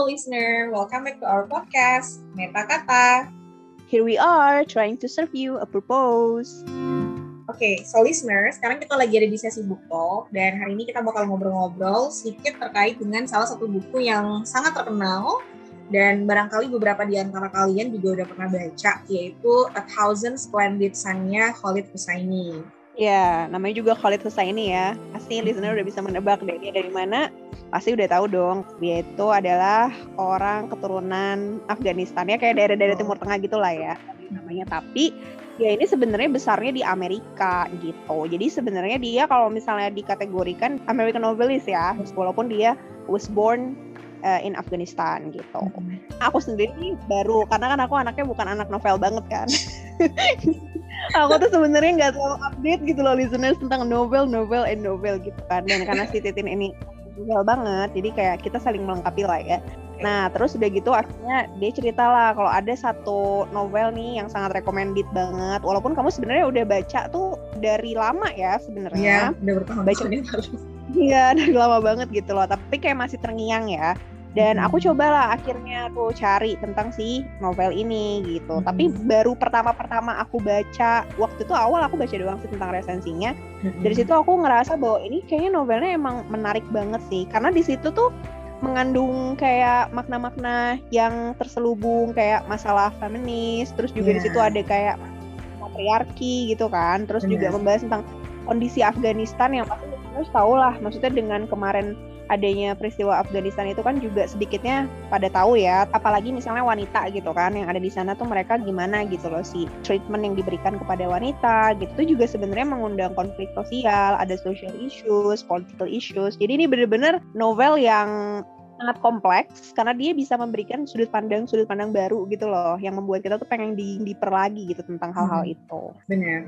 Halo listener, welcome back to our podcast, Meta Kata. Here we are, trying to serve you a purpose. Oke, so listener, sekarang kita lagi ada di sesi book talk, dan hari ini kita bakal ngobrol-ngobrol sedikit terkait dengan salah satu buku yang sangat terkenal, dan barangkali beberapa di antara kalian juga udah pernah baca, yaitu A Thousand Splendid Sun-nya Khalid Hosseini. Ya, namanya juga Khalid Hosseini ya. Pasti listener udah bisa menebak deh dia dari mana. Pasti udah tahu dong, dia itu adalah orang keturunan Afghanistan ya, kayak daerah-daerah Timur Tengah gitulah ya namanya. Tapi dia ini sebenarnya besarnya di Amerika gitu. Jadi sebenarnya dia kalau misalnya dikategorikan American novelist ya, walaupun dia was born in Afghanistan gitu. Aku sendiri baru, karena kan aku anaknya bukan anak novel banget kan. Aku tuh sebenarnya nggak terlalu update gitu loh listeners tentang novel gitu kan. Dan karena si Titin ini novel banget, jadi kayak kita saling melengkapi lah ya. Nah terus udah gitu akhirnya dia cerita lah kalau ada satu novel nih yang sangat recommended banget. Walaupun kamu sebenarnya udah baca tuh dari lama ya sebenarnya. Iya, udah bertahun-tahun yang lalu. Iya, dari lama banget gitu loh. Tapi kayak masih terngiang ya. Dan aku cobalah akhirnya tuh cari tentang si novel ini gitu. Tapi baru pertama aku baca, waktu itu awal aku baca doang sih tentang resensinya. Dari situ aku ngerasa bahwa ini kayaknya novelnya emang menarik banget sih. Karena di situ tuh mengandung kayak makna-makna yang terselubung, kayak masalah feminis. Terus juga di situ ada kayak patriarki gitu kan. Terus juga membahas tentang kondisi Afghanistan yang pasti harus tahu lah. Maksudnya dengan kemarin adanya peristiwa Afghanistan itu kan juga sedikitnya pada tahu ya, apalagi misalnya wanita gitu kan yang ada di sana tuh mereka gimana gitu loh, si treatment yang diberikan kepada wanita gitu tuh juga sebenarnya mengundang konflik sosial, ada social issues, political issues. Jadi ini benar-benar novel yang sangat kompleks karena dia bisa memberikan sudut pandang baru gitu loh, yang membuat kita tuh pengen diper lagi gitu tentang hal-hal itu. Benar.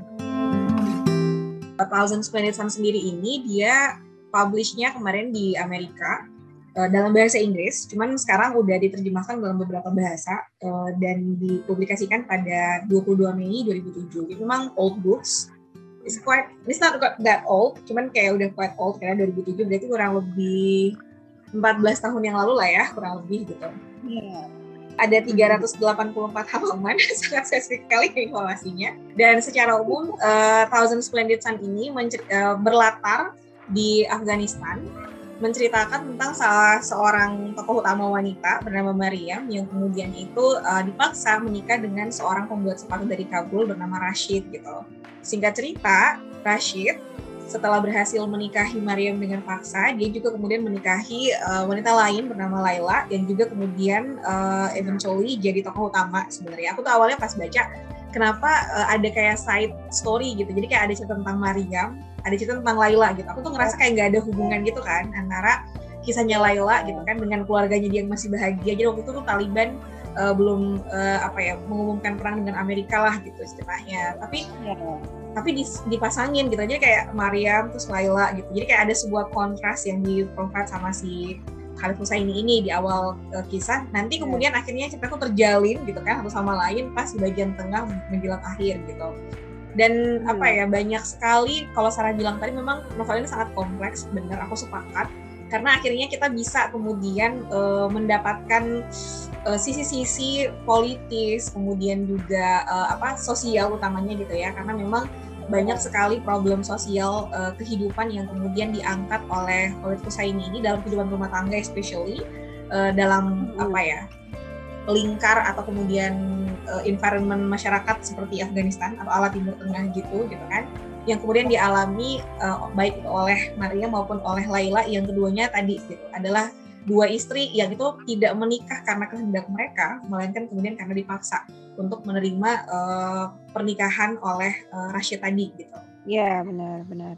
A Thousand Splendid Sun sendiri ini dia publish-nya kemarin di Amerika dalam bahasa Inggris, cuman sekarang udah diterjemahkan dalam beberapa bahasa dan dipublikasikan pada 22 Mei 2007. Jadi memang old books. It's not that old, cuman kayak udah quite old karena 2007 berarti kurang lebih 14 tahun yang lalu lah ya, kurang lebih gitu. Yeah. Ada 384 halaman, sangat spesifik sekali informasinya. Dan secara umum, Thousand Splendid Sun ini berlatar di Afghanistan, menceritakan tentang salah seorang tokoh utama wanita bernama Maryam yang kemudian itu dipaksa menikah dengan seorang pembuat sepatu dari Kabul bernama Rashid gitu. Singkat cerita, Rashid setelah berhasil menikahi Maryam dengan paksa, dia juga kemudian menikahi wanita lain bernama Laila dan juga kemudian eventually jadi tokoh utama sebenarnya. Aku tuh awalnya pas baca kenapa ada kayak side story gitu, jadi kayak ada cerita tentang Maryam, ada cerita tentang Laila gitu. Aku tuh ngerasa kayak nggak ada hubungan gitu kan antara kisahnya Laila gitu kan dengan keluarganya dia yang masih bahagia. Jadi waktu itu tuh Taliban belum mengumumkan perang dengan Amerika lah gitu istilahnya. Tapi dipasangin gitu aja kayak Maryam terus Laila gitu. Jadi kayak ada sebuah kontras yang diprovide sama si Khalid Hosseini ini di awal kisah. Nanti kemudian akhirnya cerita tuh terjalin gitu kan satu sama lain pas di bagian tengah menjelang akhir gitu. Dan banyak sekali, kalau Sarah bilang tadi memang novel ini sangat kompleks, benar aku sepakat. Karena akhirnya kita bisa kemudian mendapatkan sisi-sisi politis, kemudian juga sosial utamanya gitu ya. Karena memang banyak sekali problem sosial kehidupan yang kemudian diangkat oleh Khalid Hosseini ini dalam kehidupan rumah tangga, especially dalam lingkar atau kemudian environment masyarakat seperti Afghanistan atau ala Timur Tengah gitu kan, yang kemudian dialami baik oleh Maryam maupun oleh Laila, yang keduanya tadi gitu adalah dua istri yang itu tidak menikah karena kehendak mereka, melainkan kemudian karena dipaksa untuk menerima pernikahan oleh Rashid tadi gitu. Iya, benar.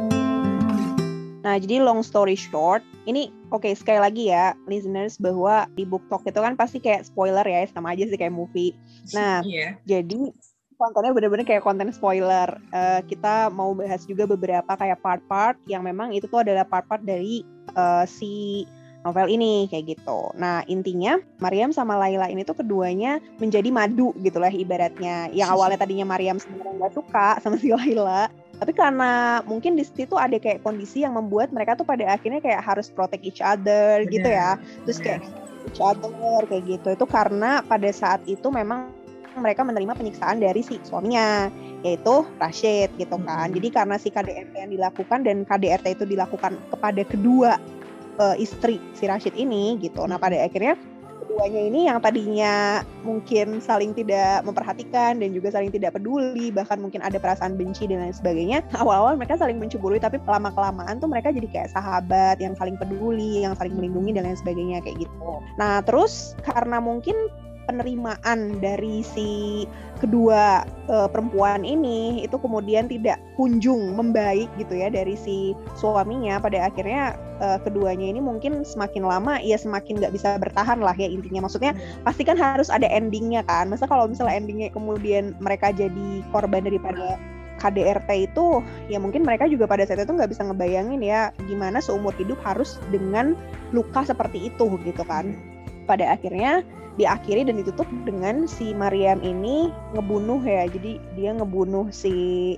Nah, jadi long story short, ini sekali lagi ya, listeners, bahwa di book talk itu kan pasti kayak spoiler ya, sama aja sih kayak movie. Nah, jadi kontennya benar-benar kayak konten spoiler. Kita mau bahas juga beberapa kayak part-part yang memang itu tuh adalah part-part dari si novel ini kayak gitu. Nah, intinya Maryam sama Laila ini tuh keduanya menjadi madu gitu lah ibaratnya. Yang awalnya tadinya Maryam sebenarnya nggak suka sama si Laila, Tapi karena mungkin di situ ada kayak kondisi yang membuat mereka tuh pada akhirnya kayak harus protect each other gitu ya. Terus kayak each other kayak gitu. Itu karena pada saat itu memang mereka menerima penyiksaan dari si suaminya, yaitu Rashid gitu kan. Jadi karena si KDRT yang dilakukan dan KDRT itu dilakukan kepada kedua istri si Rashid ini gitu. Nah pada akhirnya keduanya ini yang tadinya mungkin saling tidak memperhatikan dan juga saling tidak peduli, bahkan mungkin ada perasaan benci dan lain sebagainya. Awal-awal mereka saling mencemburui, tapi lama-kelamaan tuh mereka jadi kayak sahabat yang saling peduli, yang saling melindungi dan lain sebagainya kayak gitu. Nah terus karena mungkin penerimaan dari si kedua perempuan ini itu kemudian tidak kunjung membaik gitu ya dari si suaminya, pada akhirnya keduanya ini mungkin semakin lama ya semakin nggak bisa bertahan lah ya intinya. Maksudnya pasti kan harus ada endingnya kan. Masa kalau misalnya endingnya kemudian mereka jadi korban daripada KDRT itu, ya mungkin mereka juga pada saat itu nggak bisa ngebayangin ya gimana seumur hidup harus dengan luka seperti itu gitu kan. Pada akhirnya diakhiri dan ditutup dengan si Maryam ini ngebunuh ya. Jadi dia ngebunuh si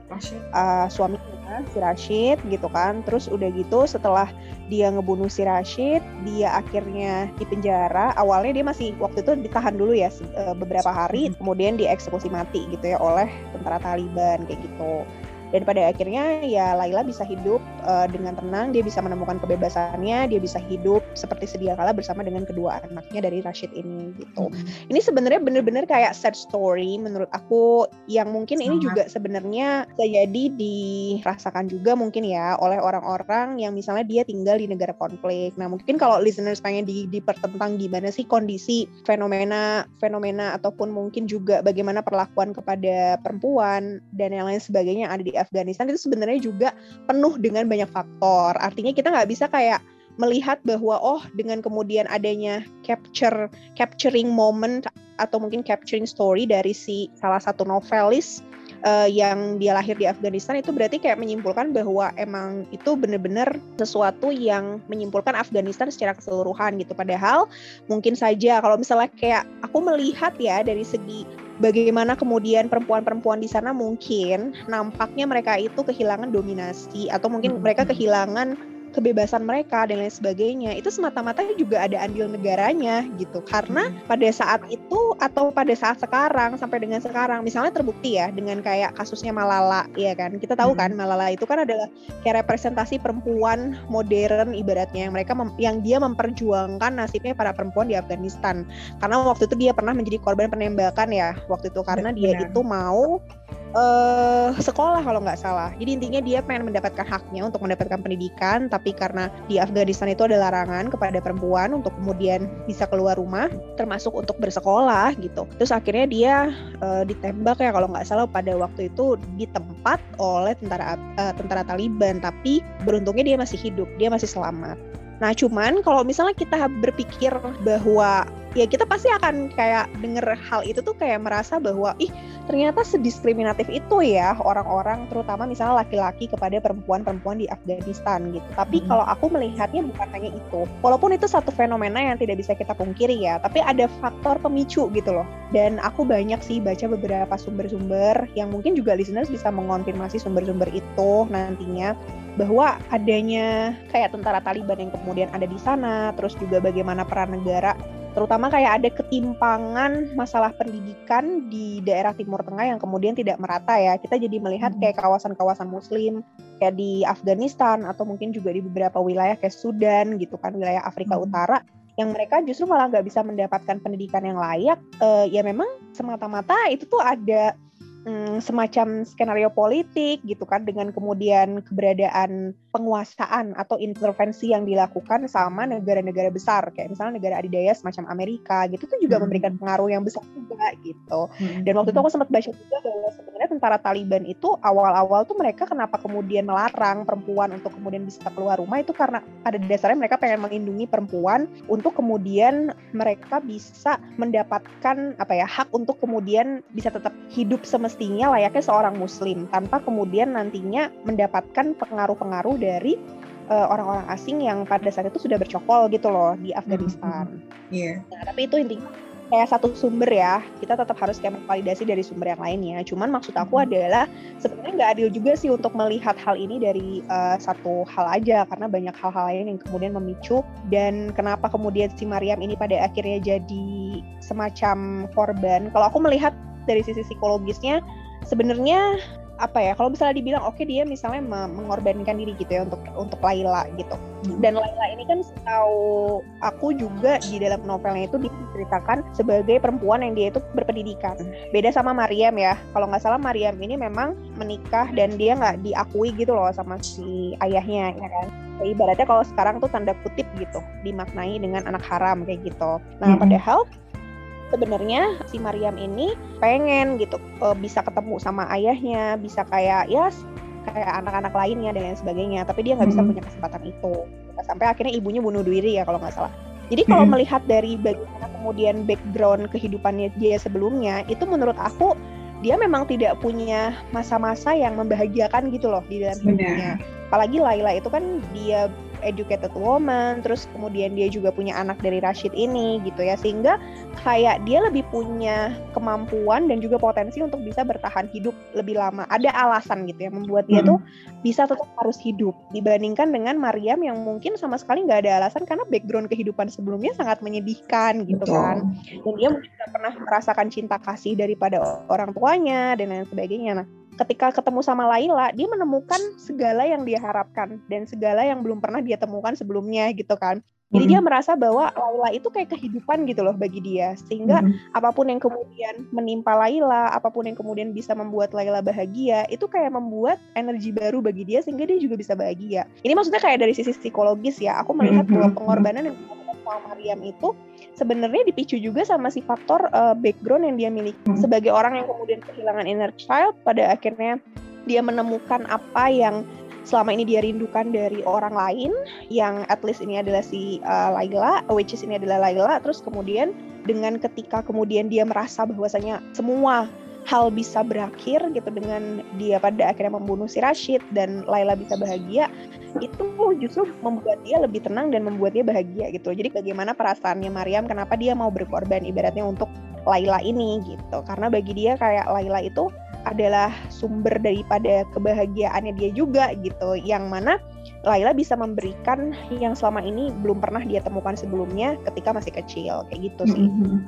suaminya, si Rashid gitu kan. Terus udah gitu setelah dia ngebunuh si Rashid, dia akhirnya dipenjara. Awalnya dia masih waktu itu ditahan dulu ya beberapa hari, kemudian dieksekusi mati gitu ya oleh tentara Taliban kayak gitu. Dan pada akhirnya ya Laila bisa hidup dengan tenang, dia bisa menemukan kebebasannya, dia bisa hidup seperti sedia kala bersama dengan kedua anaknya dari Rashid ini gitu. Ini sebenarnya benar-benar kayak sad story menurut aku, yang mungkin ini juga sebenarnya jadi dirasakan juga mungkin ya oleh orang-orang yang misalnya dia tinggal di negara konflik. Nah mungkin kalau listeners pengen dipertentang gimana sih kondisi fenomena ataupun mungkin juga bagaimana perlakuan kepada perempuan dan yang lain sebagainya yang ada di Afghanistan, itu sebenarnya juga penuh dengan banyak faktor. Artinya kita nggak bisa kayak melihat bahwa dengan kemudian adanya capturing moment atau mungkin capturing story dari si salah satu novelis yang dia lahir di Afghanistan, itu berarti kayak menyimpulkan bahwa emang itu benar-benar sesuatu yang menyimpulkan Afghanistan secara keseluruhan gitu. Padahal mungkin saja kalau misalnya kayak aku melihat ya dari segi bagaimana kemudian perempuan-perempuan di sana mungkin nampaknya mereka itu kehilangan dominasi atau mungkin mereka kehilangan kebebasan mereka dan lain sebagainya, itu semata-mata juga ada andil negaranya gitu. Karena pada saat itu atau pada saat sekarang sampai dengan sekarang misalnya terbukti ya dengan kayak kasusnya Malala ya kan, kita tahu kan Malala itu kan adalah kayak representasi perempuan modern ibaratnya yang mereka yang dia memperjuangkan nasibnya para perempuan di Afghanistan. Karena waktu itu dia pernah menjadi korban penembakan ya waktu itu karena dia itu mau sekolah kalau nggak salah. Jadi intinya dia pengen mendapatkan haknya untuk mendapatkan pendidikan, tapi karena di Afghanistan itu ada larangan kepada perempuan untuk kemudian bisa keluar rumah, termasuk untuk bersekolah gitu. Terus akhirnya dia ditembak ya kalau nggak salah pada waktu itu di tempat oleh tentara Taliban, tapi beruntungnya dia masih hidup, dia masih selamat. Nah cuman kalau misalnya kita berpikir bahwa ya kita pasti akan kayak denger hal itu tuh kayak merasa bahwa ternyata sediskriminatif itu ya orang-orang terutama misalnya laki-laki kepada perempuan-perempuan di Afghanistan gitu. Tapi kalau aku melihatnya bukan hanya itu. Walaupun itu satu fenomena yang tidak bisa kita pungkiri ya, tapi ada faktor pemicu gitu loh. Dan aku banyak sih baca beberapa sumber-sumber yang mungkin juga listeners bisa mengonfirmasi sumber-sumber itu nantinya, bahwa adanya kayak tentara Taliban yang kemudian ada di sana, terus juga bagaimana peran negara, terutama kayak ada ketimpangan masalah pendidikan di daerah Timur Tengah yang kemudian tidak merata ya. Kita jadi melihat kayak kawasan-kawasan Muslim kayak di Afghanistan atau mungkin juga di beberapa wilayah kayak Sudan gitu kan, wilayah Afrika Utara, yang mereka justru malah nggak bisa mendapatkan pendidikan yang layak. Ya memang semata-mata itu tuh ada semacam skenario politik gitu kan, dengan kemudian keberadaan penguasaan atau intervensi yang dilakukan sama negara-negara besar kayak misalnya negara adidaya semacam Amerika gitu tuh juga memberikan pengaruh yang besar juga gitu. Dan waktu itu aku sempat baca juga bahwa sebenarnya tentara Taliban itu awal-awal tuh mereka kenapa kemudian melarang perempuan untuk kemudian bisa keluar rumah, itu karena pada dasarnya mereka pengen melindungi perempuan untuk kemudian mereka bisa mendapatkan hak untuk kemudian bisa tetap hidup semestinya layaknya seorang muslim tanpa kemudian nantinya mendapatkan pengaruh-pengaruh dari orang-orang asing yang pada saat itu sudah bercokol gitu loh di Afghanistan. Nah, tapi itu intinya kayak satu sumber ya, kita tetap harus kayak memvalidasi dari sumber yang lainnya. Cuman maksud aku adalah sebenarnya nggak adil juga sih untuk melihat hal ini dari satu hal aja, karena banyak hal-hal lain yang kemudian memicu. Dan kenapa kemudian si Maryam ini pada akhirnya jadi semacam korban. Kalau aku melihat dari sisi psikologisnya, sebenarnya apa ya, kalau misalnya dibilang oke, dia misalnya mengorbankan diri gitu ya untuk Layla gitu. Dan Layla ini kan setahu aku juga di dalam novelnya itu diceritakan sebagai perempuan yang dia itu berpendidikan. Beda sama Maryam ya. Kalau nggak salah Maryam ini memang menikah dan dia nggak diakui gitu loh sama si ayahnya, ya kan. Ibaratnya kalau sekarang tuh tanda kutip gitu, dimaknai dengan anak haram kayak gitu. Nah, padahal sebenarnya si Maryam ini pengen gitu bisa ketemu sama ayahnya, bisa kayak kayak anak-anak lainnya dan lain sebagainya, tapi dia nggak bisa punya kesempatan itu. Sampai akhirnya ibunya bunuh diri ya kalau nggak salah. Jadi kalau melihat dari bagaimana kemudian background kehidupannya dia sebelumnya, itu menurut aku dia memang tidak punya masa-masa yang membahagiakan gitu loh di dalam hidupnya. Apalagi Layla itu kan dia educated woman, terus kemudian dia juga punya anak dari Rashid ini gitu ya, sehingga kayak dia lebih punya kemampuan dan juga potensi untuk bisa bertahan hidup lebih lama. Ada alasan gitu ya membuat dia tuh bisa tetap harus hidup dibandingkan dengan Maryam yang mungkin sama sekali nggak ada alasan karena background kehidupan sebelumnya sangat menyedihkan gitu kan. Dan dia mungkin nggak pernah merasakan cinta kasih daripada orang tuanya dan lain sebagainya. Nah, ketika ketemu sama Layla, dia menemukan segala yang dia harapkan dan segala yang belum pernah dia temukan sebelumnya gitu kan. Jadi dia merasa bahwa Layla itu kayak kehidupan gitu loh bagi dia. Sehingga apapun yang kemudian menimpa Layla, apapun yang kemudian bisa membuat Layla bahagia, itu kayak membuat energi baru bagi dia sehingga dia juga bisa bahagia. Ini maksudnya kayak dari sisi psikologis ya. Aku melihat bahwa pengorbanan yang dilakukan sama Maryam itu sebenarnya dipicu juga sama si faktor background yang dia miliki. Sebagai orang yang kemudian kehilangan inner child, pada akhirnya dia menemukan apa yang selama ini dia rindukan dari orang lain, yang at least ini adalah si Layla, which is ini adalah Layla. Terus kemudian dengan ketika kemudian dia merasa bahwasanya semua hal bisa berakhir gitu dengan dia pada akhirnya membunuh si Rashid dan Layla bisa bahagia, itu justru membuat dia lebih tenang dan membuat dia bahagia gitu. Jadi bagaimana perasaannya Maryam, kenapa dia mau berkorban ibaratnya untuk Layla ini gitu. Karena bagi dia kayak Layla itu adalah sumber daripada kebahagiaannya dia juga gitu, yang mana Layla bisa memberikan yang selama ini belum pernah dia temukan sebelumnya ketika masih kecil, kayak gitu sih.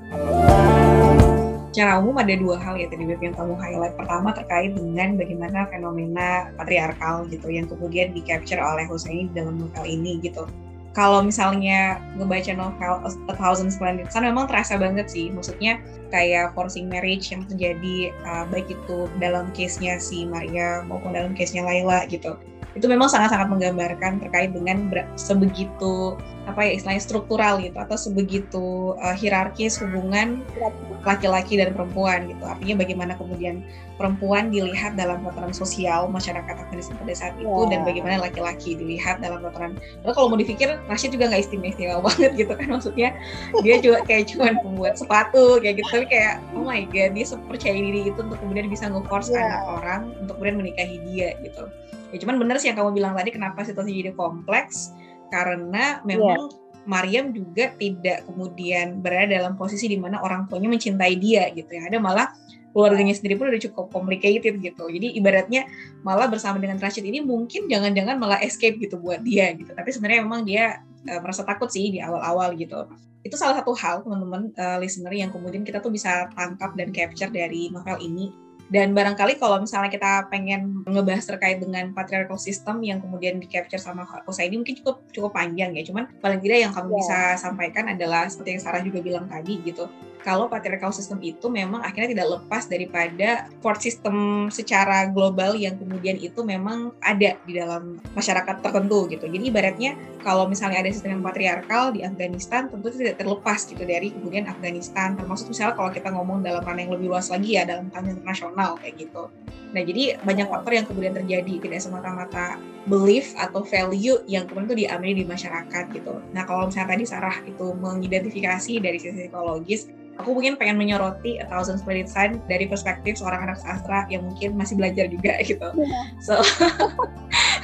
Secara umum ada dua hal ya tadi Beb yang kamu highlight. Pertama terkait dengan bagaimana fenomena patriarkal gitu yang kemudian di-capture oleh Husseini dalam novel ini gitu. Kalau misalnya ngebaca novel A Thousand Splendid Sun memang terasa banget sih, maksudnya kayak forcing marriage yang terjadi baik itu dalam case-nya si Maria maupun dalam case-nya Layla gitu. Itu memang sangat-sangat menggambarkan terkait dengan sebegitu istilahnya struktural gitu atau sebegitu hierarkis hubungan laki-laki dan perempuan gitu. Artinya bagaimana kemudian perempuan dilihat dalam tataran sosial masyarakat Afghanistan pada saat itu dan bagaimana laki-laki dilihat dalam tataran. Lalu kalau mau dipikir Rashid juga nggak istimewa banget gitu kan, maksudnya dia juga kayak cuma pembuat sepatu kayak gitu, tapi kayak oh my god dia percaya diri itu untuk kemudian bisa nge-force anak orang untuk kemudian menikahi dia gitu. Ya cuman bener sih yang kamu bilang tadi, kenapa situasi jadi kompleks, karena memang Maryam juga tidak kemudian berada dalam posisi di mana orang tuanya mencintai dia gitu ya. Ada malah keluarganya sendiri pun udah cukup complicated gitu. Jadi ibaratnya malah bersama dengan Rashid ini mungkin jangan-jangan malah escape gitu buat dia gitu. Tapi sebenarnya memang dia merasa takut sih di awal-awal gitu. Itu salah satu hal teman-teman listener yang kemudian kita tuh bisa tangkap dan capture dari novel ini. Dan barangkali kalau misalnya kita pengen ngebahas terkait dengan patriarchal system yang kemudian di-capture sama Husseini mungkin cukup panjang ya. Cuman paling tidak yang kamu bisa sampaikan adalah seperti yang Sarah juga bilang tadi gitu. Kalau patriarchal system itu memang akhirnya tidak lepas daripada support system secara global yang kemudian itu memang ada di dalam masyarakat tertentu gitu. Jadi ibaratnya kalau misalnya ada sistem yang patriarkal di Afghanistan tentu tidak terlepas gitu dari kemudian Afghanistan, termasuk misalnya kalau kita ngomong dalam ranah yang lebih luas lagi ya dalam kancah internasional kayak gitu. Nah jadi banyak faktor yang kemudian terjadi, tidak semata-mata belief atau value yang kemudian itu diambil di masyarakat gitu. Nah kalau misalnya tadi Sarah itu mengidentifikasi dari sisi psikologis, aku mungkin pengen menyoroti A Thousand Splendid Sun dari perspektif seorang anak sastra yang mungkin masih belajar juga gitu. So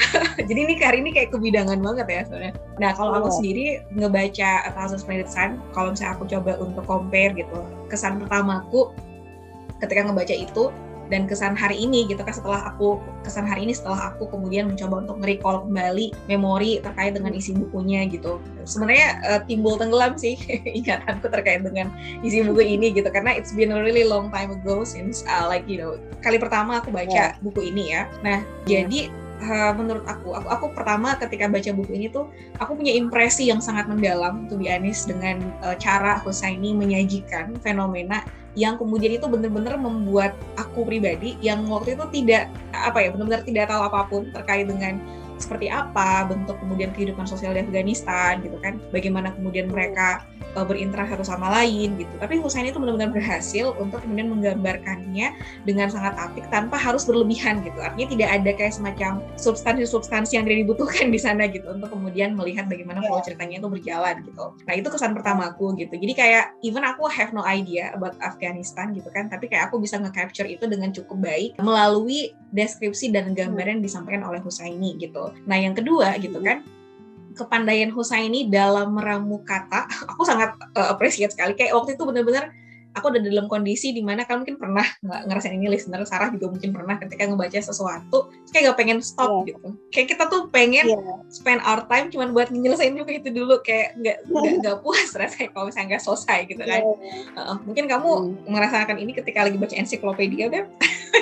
Jadi ini hari ini kayak kebidangan banget ya sebenarnya. Nah kalau aku sendiri ngebaca A Thousand Splendid Sun, kalau misalnya aku coba untuk compare gitu, kesan pertamaku ketika ngebaca itu dan kesan hari ini gitu kan, setelah aku kemudian mencoba untuk nge-recall kembali memori terkait dengan isi bukunya gitu. Sebenarnya timbul tenggelam sih ingatanku terkait dengan isi buku ini gitu, karena it's been a really long time ago since kali pertama aku baca buku ini ya. Nah, jadi menurut aku pertama ketika baca buku ini tuh aku punya impresi yang sangat mendalam, to be honest, dengan cara Hussaini menyajikan fenomena yang kemudian itu benar-benar membuat aku pribadi yang waktu itu benar-benar tidak tahu apapun terkait dengan seperti apa bentuk kemudian kehidupan sosial di Afghanistan gitu kan, bagaimana kemudian mereka berinteraksi satu sama lain gitu. Tapi Hussaini itu benar-benar berhasil untuk kemudian menggambarkannya dengan sangat apik tanpa harus berlebihan gitu. Artinya tidak ada kayak semacam substansi yang tidak dibutuhkan di sana gitu untuk kemudian melihat bagaimana flow ceritanya itu berjalan gitu. Nah itu kesan pertama aku gitu. Jadi kayak even aku have no idea about Afghanistan gitu kan, tapi kayak aku bisa nge-capture itu dengan cukup baik melalui deskripsi dan gambaran yang disampaikan oleh Hussaini gitu. Nah yang kedua gitu kan, kepandaian Hussaini dalam meramu kata, aku sangat appreciate sekali. Kayak waktu itu benar-benar aku udah dalam kondisi dimana kalian mungkin pernah ngerasain ini, listener Sarah juga mungkin pernah ketika ngebaca sesuatu, kayak gak pengen stop gitu. Kayak kita tuh pengen spend our time cuman buat nyelesain juga itu dulu, kayak nggak puas rasanya kalau misalnya nggak selesai gitu kan. Mungkin kamu merasakan ini ketika lagi baca ensiklopedia, Beb.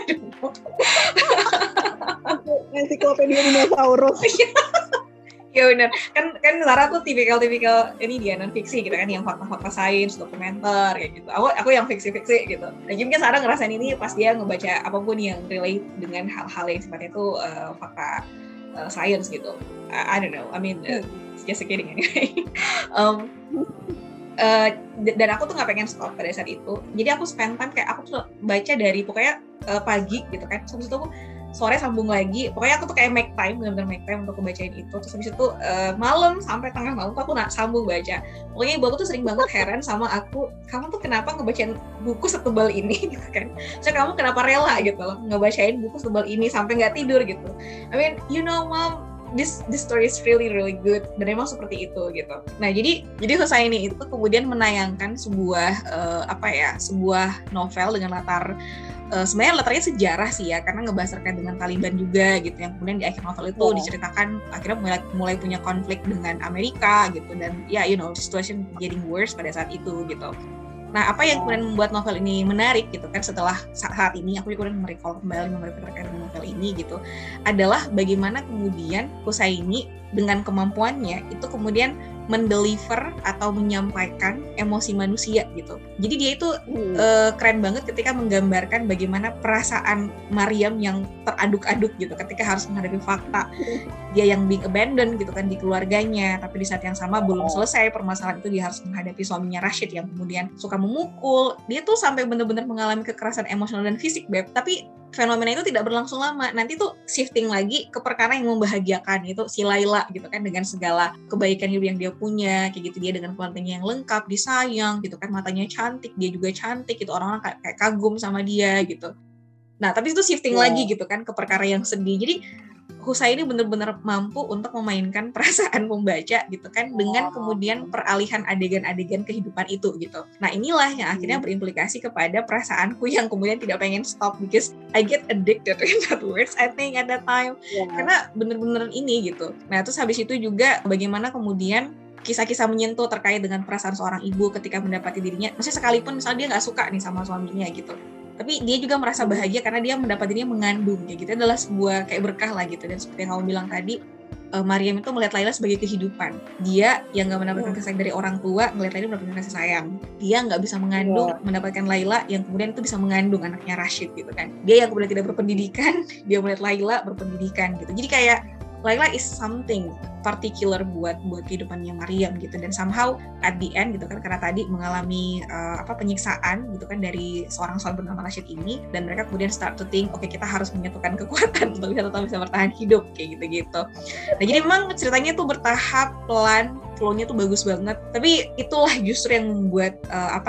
Ensiklopedia dinosaurus. Ya benar, kan Lara tuh tipikal ini dia non fiksi gitu kan, yang fakta-fakta sains, dokumenter kayak gitu. Aku yang fiksi-fiksi gitu. Nah, jadi kan Sarah ngerasain ini pas dia ngebaca apapun yang relate dengan hal-hal yang sifatnya itu fakta sains gitu. I don't know, I mean just kidding anyway. Dan aku tuh nggak pengen stop pada saat itu. Jadi aku spend time kayak aku tuh baca dari pokoknya pagi gitu kan. Terus itu aku sore sambung lagi, pokoknya aku tuh kayak make time, benar-benar make time untuk ngebacain itu. Terus habis itu malam sampai tengah malam tuh aku sambung baca. Pokoknya ibu aku tuh sering banget heran sama aku, kamu tuh kenapa ngebacain buku setebal ini gitu kan. So kamu kenapa rela gitu loh ngebacain buku setebal ini sampai nggak tidur gitu. I mean, you know mom, this story is really good, dan emang seperti itu gitu. Nah jadi Hussaini itu kemudian menayangkan sebuah sebuah novel dengan sebenarnya latarnya sejarah sih ya, karena ngebahas terkait dengan Taliban juga gitu, yang kemudian di akhir novel itu diceritakan akhirnya mulai punya konflik dengan Amerika gitu, dan situation getting worse pada saat itu gitu. Nah, apa yang kemudian membuat novel ini menarik gitu kan, setelah saat ini aku kemudian merecall kembali terkait dengan novel ini gitu, adalah bagaimana kemudian Hussaini dengan kemampuannya itu kemudian mendeliver atau menyampaikan emosi manusia gitu. Jadi dia itu keren banget ketika menggambarkan bagaimana perasaan Maryam yang teraduk-aduk gitu ketika harus menghadapi fakta. Dia yang being abandoned gitu kan di keluarganya, tapi di saat yang sama belum selesai permasalahan itu, dia harus menghadapi suaminya Rashid yang kemudian suka memukul. Dia tuh sampai benar-benar mengalami kekerasan emosional dan fisik, Beb. Tapi fenomena itu tidak berlangsung lama. Nanti tuh shifting lagi ke perkara yang membahagiakan, itu si Laila gitu kan, dengan segala kebaikan hidup yang dia punya kayak gitu, dia dengan keluarganya yang lengkap, disayang gitu kan, matanya cantik, dia juga cantik gitu, orang-orang kayak kagum sama dia gitu. Nah tapi itu shifting lagi gitu kan ke perkara yang sedih. Jadi Hussaini benar-benar mampu untuk memainkan perasaan pembaca gitu kan, dengan kemudian peralihan adegan-adegan kehidupan itu gitu. Nah inilah yang akhirnya berimplikasi kepada perasaanku yang kemudian tidak pengen stop, because I get addicted in that words I think at that time. Karena benar-benar ini gitu. Nah terus habis itu juga bagaimana kemudian kisah-kisah menyentuh terkait dengan perasaan seorang ibu ketika mendapati dirinya, maksudnya sekalipun misalnya dia nggak suka nih sama suaminya gitu, tapi dia juga merasa bahagia karena dia mendapat dirinya mengandung, kayak gitu, adalah sebuah kayak berkah lah gitu. Dan seperti yang kamu bilang tadi, Maryam itu melihat Laila sebagai kehidupan. Dia yang nggak mendapatkan kasih sayang dari orang tua, melihat Laila mendapatkan kasih sayang. Dia nggak bisa mengandung, mendapatkan Laila yang kemudian itu bisa mengandung anaknya Rashid gitu kan. Dia yang kemudian tidak berpendidikan, dia melihat Laila berpendidikan gitu. Jadi kayak Laila is something particular buat kehidupannya Maryam gitu. Dan somehow at the end gitu kan, karena tadi mengalami penyiksaan gitu kan dari seorang suami bernama Rashid ini, dan mereka kemudian start to think, oke, kita harus menyatukan kekuatan untuk bisa bertahan hidup kayak gitu-gitu. Nah jadi memang ceritanya tuh bertahap, pelan, flow-nya tuh bagus banget. Tapi itulah justru yang membuat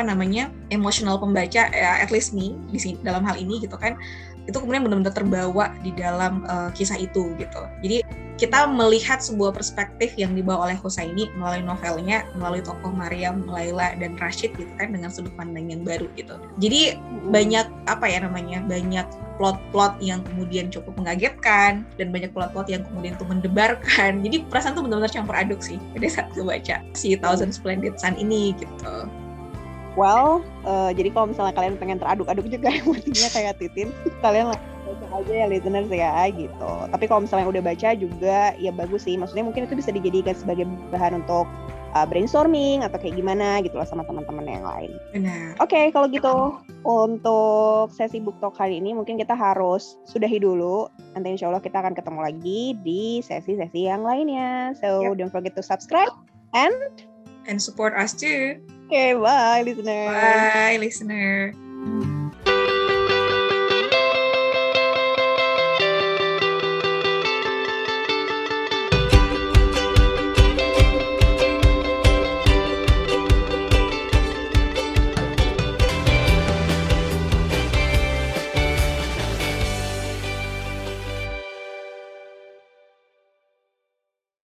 emosional pembaca, at least me di sini dalam hal ini gitu kan, itu kemudian benar-benar terbawa di dalam kisah itu gitu. Jadi kita melihat sebuah perspektif yang dibawa oleh Husseini melalui novelnya, melalui tokoh Maryam, Laila, dan Rashid gitu kan, dengan sudut pandang yang baru gitu. Jadi banyak banyak plot-plot yang kemudian cukup mengagetkan dan banyak plot-plot yang kemudian tuh mendebarkan. Jadi perasaan tuh benar-benar campur aduk sih pada saat gue baca si Thousand Splendid Sun ini gitu. Well, jadi kalau misalnya kalian pengen teraduk-aduk juga emosinya kayak Titin, kalian baca aja ya listeners ya gitu. Tapi kalau misalnya udah baca juga ya bagus sih. Maksudnya mungkin itu bisa dijadikan sebagai bahan untuk brainstorming atau kayak gimana gitu lah sama teman-teman yang lain. Benar. Oke, kalau gitu untuk sesi book talk kali ini mungkin kita harus sudahi dulu. Nanti insya Allah kita akan ketemu lagi di sesi-sesi yang lainnya. So don't forget to subscribe and support us too. Okay, bye listener. Bye listener.